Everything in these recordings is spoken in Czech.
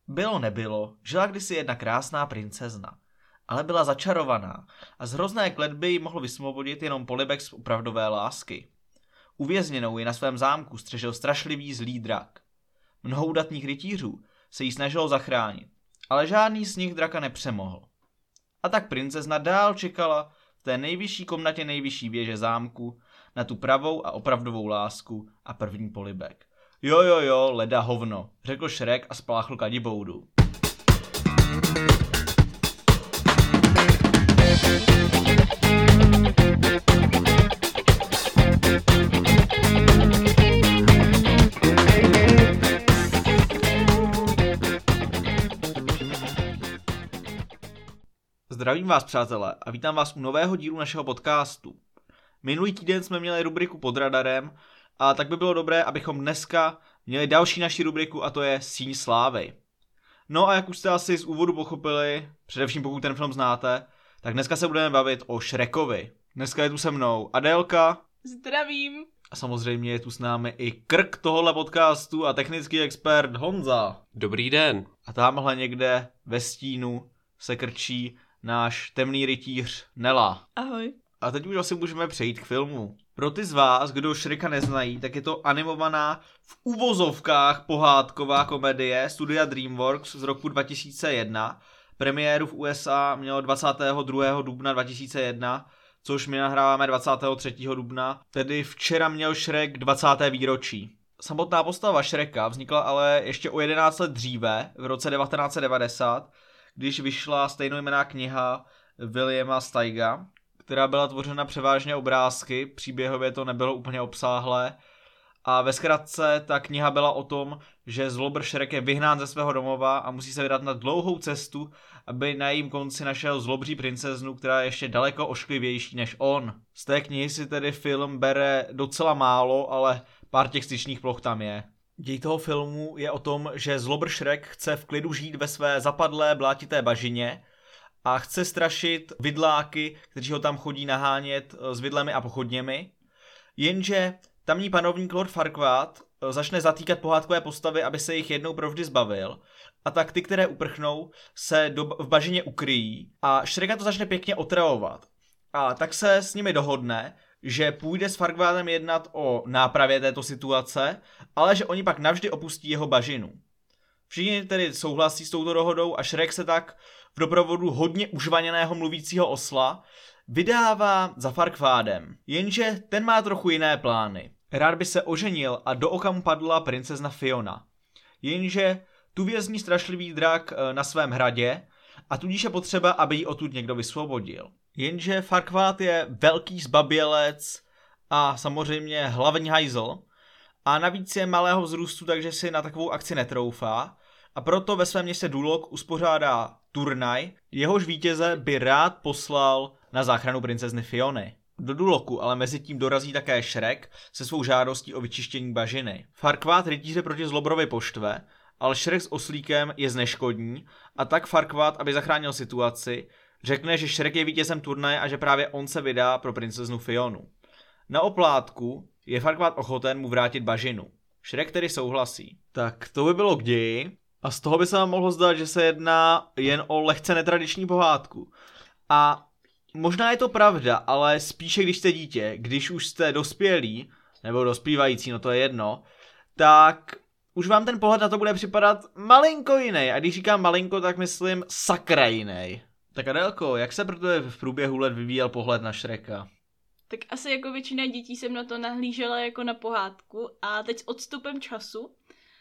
Bylo nebylo, žila kdysi jedna krásná princezna, ale byla začarovaná a z hrozné kletby ji mohl vysvobodit jenom polibek z opravdové lásky. Uvězněnou ji na svém zámku střežil strašlivý zlý drak. Mnoho udatných rytířů se jí snažilo zachránit, ale žádný z nich draka nepřemohl. A tak princezna dál čekala v té nejvyšší komnatě nejvyšší věže zámku na tu pravou a opravdovou lásku a první polibek. Jo, leda hovno, řekl Šrek a spláchl kadiboudu. Zdravím vás, přátelé, a vítám vás u nového dílu našeho podcastu. Minulý týden jsme měli rubriku Pod radarem, a tak by bylo dobré, abychom dneska měli další naši rubriku, a to je Síň slávy. No a jak už jste asi z úvodu pochopili, především pokud ten film znáte, tak dneska se budeme bavit o Šrekovi. Dneska je tu se mnou Adélka. Zdravím. A samozřejmě je tu s námi i krk tohohle podcastu a technický expert Honza. Dobrý den. A tamhle někde ve stínu se krčí náš temný rytíř Nela. Ahoj. A teď už asi můžeme přejít k filmu. Pro ty z vás, kdo Šreka neznají, tak je to animovaná v uvozovkách pohádková komedie studia DreamWorks z roku 2001. Premiéru v USA mělo 22. dubna 2001, což my nahráváme 23. dubna, tedy včera měl Šrek 20. výročí. Samotná postava Šreka vznikla ale ještě o 11 let dříve, v roce 1990, když vyšla stejnojmenná kniha Williama Steiga, která byla tvořena převážně obrázky, příběhově to nebylo úplně obsáhlé. A ve zkratce ta kniha byla o tom, že zlobr Šrek je vyhnán ze svého domova a musí se vydat na dlouhou cestu, aby na jejím konci našel zlobří princeznu, která je ještě daleko ošklivější než on. Z té knihy si tedy film bere docela málo, ale pár těch styčných ploch tam je. Děj toho filmu je o tom, že zlobr Šrek chce v klidu žít ve své zapadlé blátité bažině a chce strašit vidláky, kteří ho tam chodí nahánět s vidlemi a pochodněmi. Jenže tamní panovník Lord Farquaad začne zatýkat pohádkové postavy, aby se jich jednou provždy zbavil. A tak ty, které uprchnou, se v bažině ukryjí a Šreka to začne pěkně otravovat. A tak se s nimi dohodne, že půjde s Farquaadem jednat o nápravě této situace, ale že oni pak navždy opustí jeho bažinu. Všichni tedy souhlasí s touto dohodou a Šrek se tak v doprovodu hodně užvaněného mluvícího osla vydává za Farquaadem. Jenže ten má trochu jiné plány. Rád by se oženil a do oka mu padla princezna Fiona. Jenže tu vězní strašlivý drak na svém hradě a tudíž je potřeba, aby ji odtud někdo vysvobodil. Jenže Farquaad je velký zbabělec a samozřejmě hlavní hajzl a navíc je malého vzrůstu, takže si na takovou akci netroufá a proto ve svém městě Duloc uspořádá turnaj, jehož vítěze by rád poslal na záchranu princezny Fiony. Do Dulocu ale mezi tím dorazí také Šrek se svou žádostí o vyčištění bažiny. Farquaad rytíře proti zlobrovi poštve, ale Šrek s oslíkem je zneškodní a tak Farquaad, aby zachránil situaci, řekne, že Šrek je vítězem turnaje a že právě on se vydá pro princeznu Fionu. Na oplátku je Farquaad ochoten mu vrátit bažinu. Šrek tedy souhlasí. Tak to by bylo k ději a z toho by se vám mohlo zdát, že se jedná jen o lehce netradiční pohádku. A možná je to pravda, ale spíše když jste dítě, když už jste dospělí, nebo dospívající, no to je jedno, tak už vám ten pohled na to bude připadat malinko jiný. A když říkám malinko, tak myslím sakra jiný. Tak Adélko, jak se pro tebe v průběhu let vyvíjel pohled na Šreka? Tak asi jako většina dětí jsem na to nahlížela jako na pohádku a teď s odstupem času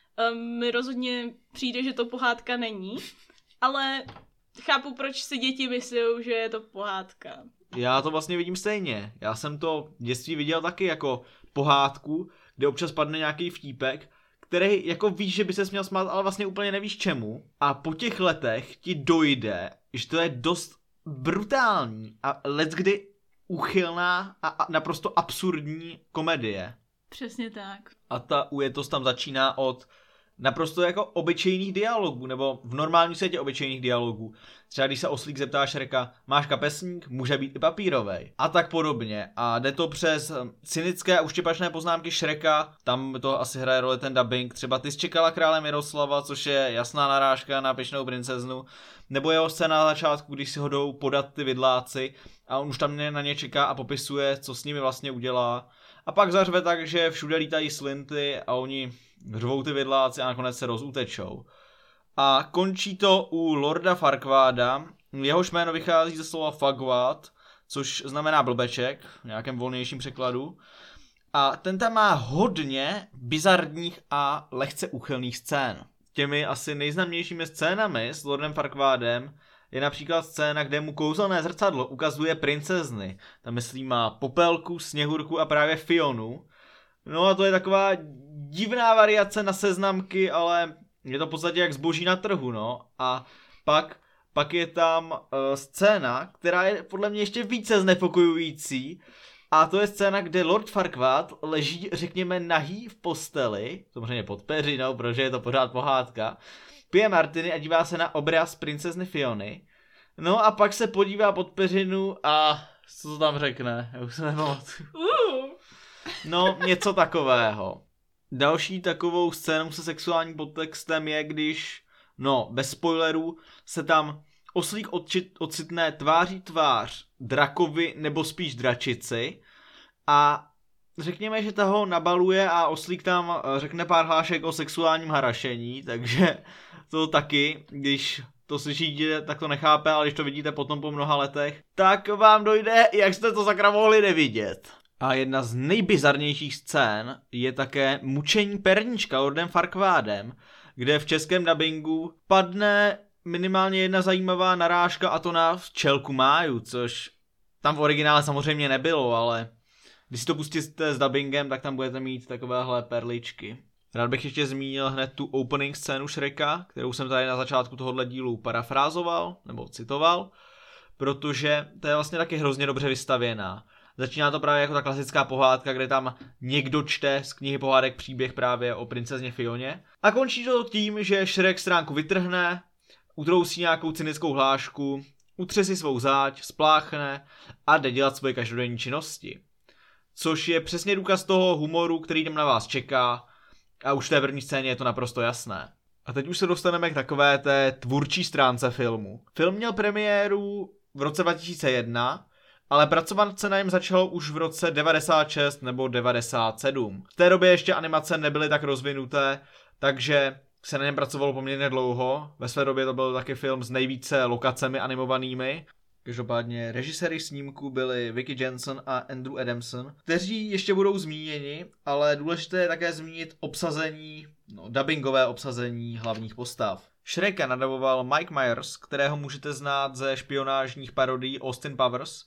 mi rozhodně přijde, že to pohádka není, ale chápu, proč si děti myslí, že je to pohádka. Já to vlastně vidím stejně. Já jsem to v dětství viděl taky jako pohádku, kde občas padne nějaký vtípek, který jako víš, že by se směl smát, ale vlastně úplně nevíš čemu. A po těch letech ti dojde, že to je dost brutální a leckdy úchylná a naprosto absurdní komedie. Přesně tak. A ta ujetost tam začíná od naprosto jako obyčejných dialogů, nebo v normálním světě obyčejných dialogů. Třeba když se Oslík zeptá Shreka, máš kapesník, může být i papírovej. A tak podobně. A jde to přes cynické a uštěpačné poznámky Shreka, tam to asi hraje roli ten dubbing, třeba ty jsi čekala krále Miroslava, což je jasná narážka na Pyšnou princeznu, nebo jeho scéna na začátku, když si ho jdou podat ty vidláci a on už tam na ně čeká a popisuje, co s nimi vlastně udělá. A pak zařve tak, že všude lítají slinty a oni řvou ty vidláci a nakonec se rozutečou. A končí to u Lorda Farquaada, jehož jméno vychází ze slova Fagwat, což znamená blbeček, v nějakém volnějším překladu. A ten tam má hodně bizarních a lehce úchylných scén. Těmi asi nejznámějšími scénami s Lordem Farquaadem je například scéna, kde mu kouzelné zrcadlo ukazuje princezny. Tam myslím má Popelku, Sněhurku a právě Fionu. No a to je taková divná variace na seznamky, ale je to v podstatě jak zboží na trhu, no. A pak je tam scéna, která je podle mě ještě více znepokojující. A to je scéna, kde Lord Farquaad leží, řekněme, nahý v posteli, samozřejmě pod peřinou, protože je to pořád pohádka, pije martiny a dívá se na obraz princezny Fiony. No a pak se podívá pod peřinu a co to tam řekne? Já už se nepamatuju. No, něco takového. Další takovou scénou se sexuálním podtextem je, když, no, bez spoilerů, se tam Oslík ocitne tváří tvář drakovi nebo spíš dračici a řekněme, že ta ho nabaluje a Oslík tam řekne pár hlášek o sexuálním harašení, takže to taky, když to slyší dítě, tak to nechápe, ale když to vidíte potom po mnoha letech, tak vám dojde, jak jste to sakra mohli nevidět. A jedna z nejbizarnějších scén je také mučení perníčka Lordem Farquaadem, kde v českém dabingu padne minimálně jedna zajímavá narážka a to na včelku Máju, což tam v originále samozřejmě nebylo, ale když si to pustíte s dubbingem, tak tam budete mít takovéhle perličky. Rád bych ještě zmínil hned tu opening scénu Shreka, kterou jsem tady na začátku tohohle dílu parafrázoval, nebo citoval, protože to je vlastně taky hrozně dobře vystavěná. Začíná to právě jako ta klasická pohádka, kde tam někdo čte z knihy pohádek příběh právě o princezně Fioně. A končí to tím, že Shrek stránku vytrhne, utrousí nějakou cynickou hlášku, utře si svou záď, spláchne a jde dělat svoje každodenní činnosti. Což je přesně důkaz toho humoru, který tam na vás čeká a už v té první scéně je to naprosto jasné. A teď už se dostaneme k takové té tvůrčí stránce filmu. Film měl premiéru v roce 2001, ale pracovat se na něm začalo už v roce 96 nebo 97. V té době ještě animace nebyly tak rozvinuté, takže se na něm pracovalo poměrně dlouho. Ve své době to byl taky film s nejvíce lokacemi animovanými. Každopádně režiséry snímku byli Vicky Jensen a Andrew Adamson, kteří ještě budou zmíněni, ale důležité je také zmínit obsazení, dubbingové obsazení hlavních postav. Shreka nadaboval Mike Myers, kterého můžete znát ze špionážních parodií Austin Powers,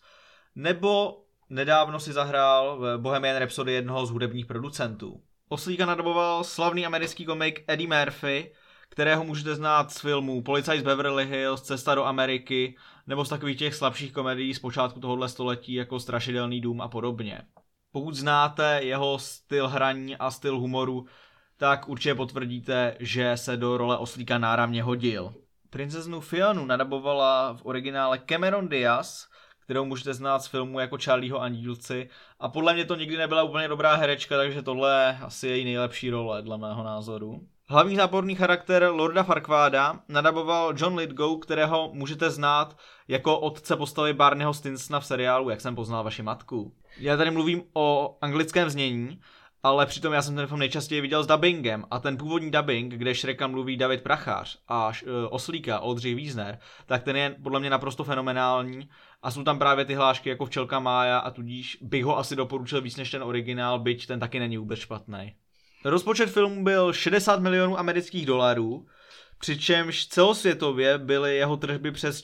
nebo nedávno si zahrál v Bohemian Rhapsody jednoho z hudebních producentů. Oslíka nadaboval slavný americký komik Eddie Murphy, kterého můžete znát z filmů Policajt z Beverly Hills, Cesta do Ameriky, nebo z takových těch slabších komedií z počátku tohohle století jako Strašidelný dům a podobně. Pokud znáte jeho styl hraní a styl humoru, tak určitě potvrdíte, že se do role Oslíka náramně hodil. Princeznu Fionu nadabovala v originále Cameron Diaz, kterou můžete znát z filmu jako Charlieho andílci. A podle mě to nikdy nebyla úplně dobrá herečka, takže tohle je asi její nejlepší role, dle mého názoru. Hlavní záporný charakter Lorda Farquaada nadaboval John Lithgow, kterého můžete znát jako otce postavy Barneyho Stinsona v seriálu Jak jsem poznal vaši matku. Já tady mluvím o anglickém znění, ale přitom já jsem ten film nejčastěji viděl s dubbingem a ten původní dubbing, kde Shreka mluví David Prachař a Oslíka Oldřich Wiesner, tak ten je podle mě naprosto fenomenální a jsou tam právě ty hlášky jako Včelka Mája a tudíž bych ho asi doporučil víc než ten originál, byť ten taky není vůbec špatný. Rozpočet filmu byl 60 milionů amerických dolarů, přičemž celosvětově byly jeho tržby přes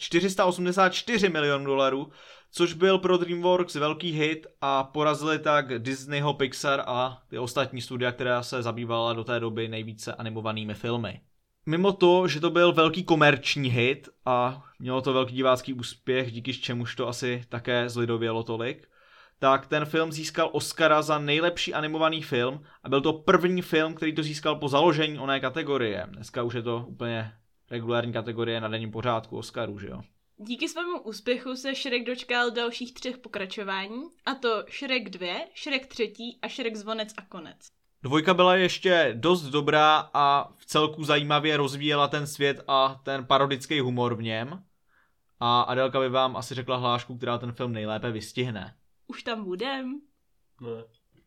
484 milionů dolarů, což byl pro DreamWorks velký hit a porazili tak Disneyho, Pixar a ty ostatní studia, která se zabývala do té doby nejvíce animovanými filmy. Mimo to, že to byl velký komerční hit a mělo to velký divácký úspěch, díky čemuž to asi také zlidovělo tolik, tak ten film získal Oscara za nejlepší animovaný film a byl to první film, který to získal po založení oné kategorie. Dneska už je to úplně regulární kategorie na denním pořádku Oscarů, že jo? Díky svému úspěchu se Shrek dočkal dalších 3 pokračování, a to Shrek 2, Shrek 3 a Shrek Zvonec a konec. 2 byla ještě dost dobrá a v celku zajímavě rozvíjela ten svět a ten parodický humor v něm. A Adélka by vám asi řekla hlášku, která ten film nejlépe vystihne. Už tam budem? Ne.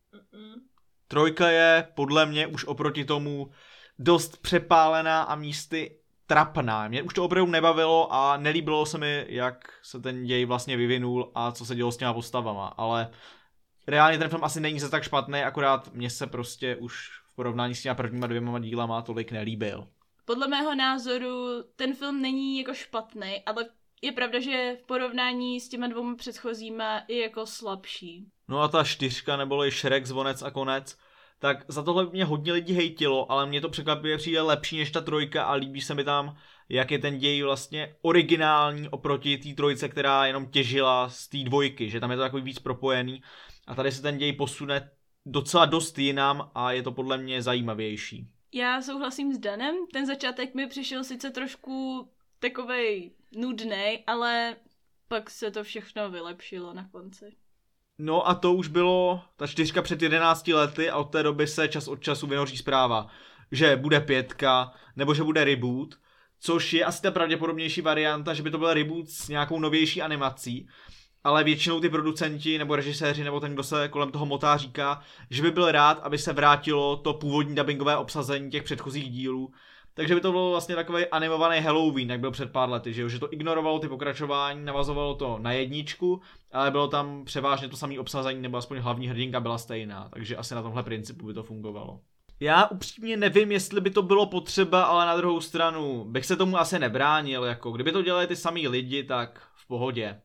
3 je podle mě už oproti tomu dost přepálená a místy trapná. Mě už to opravdu nebavilo a nelíbilo se mi, jak se ten děj vlastně vyvinul a co se dělo s těma postavama, ale reálně ten film asi není zase tak špatný, akorát mně se prostě už v porovnání s těma prvníma 2 dílama tolik nelíbil. Podle mého názoru ten film není jako špatný, ale je pravda, že v porovnání s těma 2 předchozíma je jako slabší. No a ta 4, neboli Shrek, Zvonec a konec, tak za tohle mě hodně lidí hejtilo, ale mně to překvapivě přijde lepší než ta 3 a líbí se mi tam, jak je ten děj vlastně originální oproti té 3, která jenom těžila z té 2, že tam je to takový víc propojený a tady se ten děj posune docela dost jinam a je to podle mě zajímavější. Já souhlasím s Danem, ten začátek mi přišel sice trošku takovej nudnej, ale pak se to všechno vylepšilo na konci. No a to už bylo ta 4 před 11 lety a od té doby se čas od času vynoří zpráva, že bude 5, nebo že bude reboot, což je asi ta pravděpodobnější varianta, že by to byl reboot s nějakou novější animací, ale většinou ty producenti nebo režiséři nebo ten, kdo se kolem toho motá, říká, že by byl rád, aby se vrátilo to původní dubbingové obsazení těch předchozích dílů. Takže by to bylo vlastně takový animovaný Halloween, jak byl před pár lety, že to ignorovalo ty pokračování, navazovalo to na 1, ale bylo tam převážně to samé obsazení, nebo aspoň hlavní hrdinka byla stejná, takže asi na tomhle principu by to fungovalo. Já upřímně nevím, jestli by to bylo potřeba, ale na druhou stranu bych se tomu asi nebránil, jako kdyby to dělali ty samý lidi, tak v pohodě.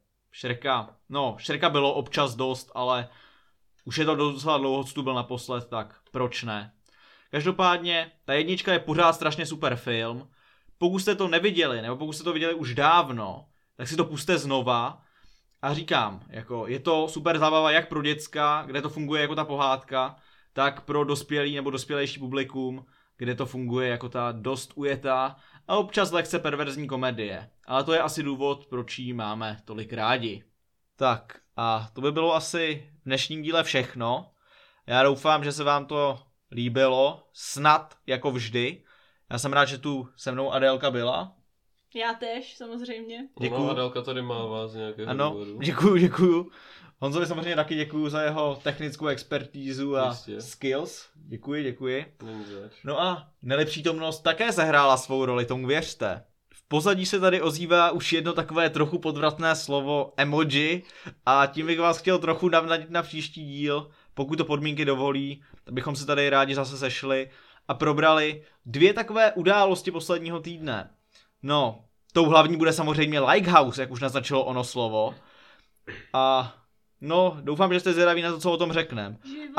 Shreka bylo občas dost, ale už je to docela dlouho, co tu byl naposled, tak proč ne? Každopádně, ta 1 je pořád strašně super film. Pokud jste to neviděli, nebo pokud jste to viděli už dávno, tak si to puste znova. A říkám, jako je to super zábava jak pro děcka, kde to funguje jako ta pohádka, tak pro dospělý nebo dospělejší publikum, kde to funguje jako ta dost ujetá a občas lehce perverzní komedie. Ale to je asi důvod, proč ji máme tolik rádi. Tak a to by bylo asi v dnešním díle všechno. Já doufám, že se vám to líbilo, snad jako vždy. Já jsem rád, že tu se mnou Adélka byla. Já tež, samozřejmě. Děkuju. Adélka tady mává z nějakého důvodu. Děkuju. Honzovi samozřejmě taky děkuju za jeho technickou expertízu a skills. Děkuji. No a Nelly přítomnost také sehrála svou roli, tomu věřte. V pozadí se tady ozývá už jedno takové trochu podvratné slovo emoji a tím bych vás chtěl trochu navnadit na příští díl, pokud to podmínky dovolí, tak bychom se tady rádi zase sešli a probrali 2 takové události posledního týdne. No, tou hlavní bude samozřejmě Likehouse, jak už naznačilo ono slovo. A no, doufám, že jste zvědaví na to, co o tom řekneme.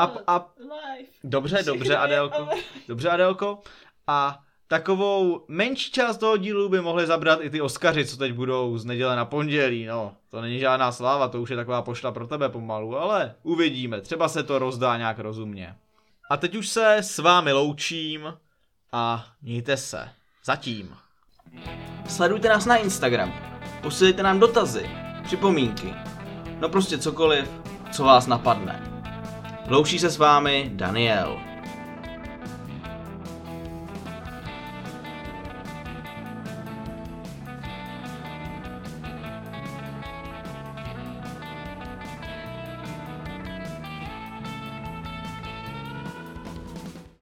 Dobře, Adélko. Dobře, Adélko. A takovou menší část toho dílu by mohli zabrat i ty Oscaři, co teď budou z neděle na pondělí. No, to není žádná sláva, to už je taková pošla pro tebe pomalu, ale uvidíme, třeba se to rozdá nějak rozumně. A teď už se s vámi loučím a mějte se. Zatím. Sledujte nás na Instagramu, posílejte nám dotazy, připomínky, no prostě cokoliv, co vás napadne. Loučí se s vámi Daniel.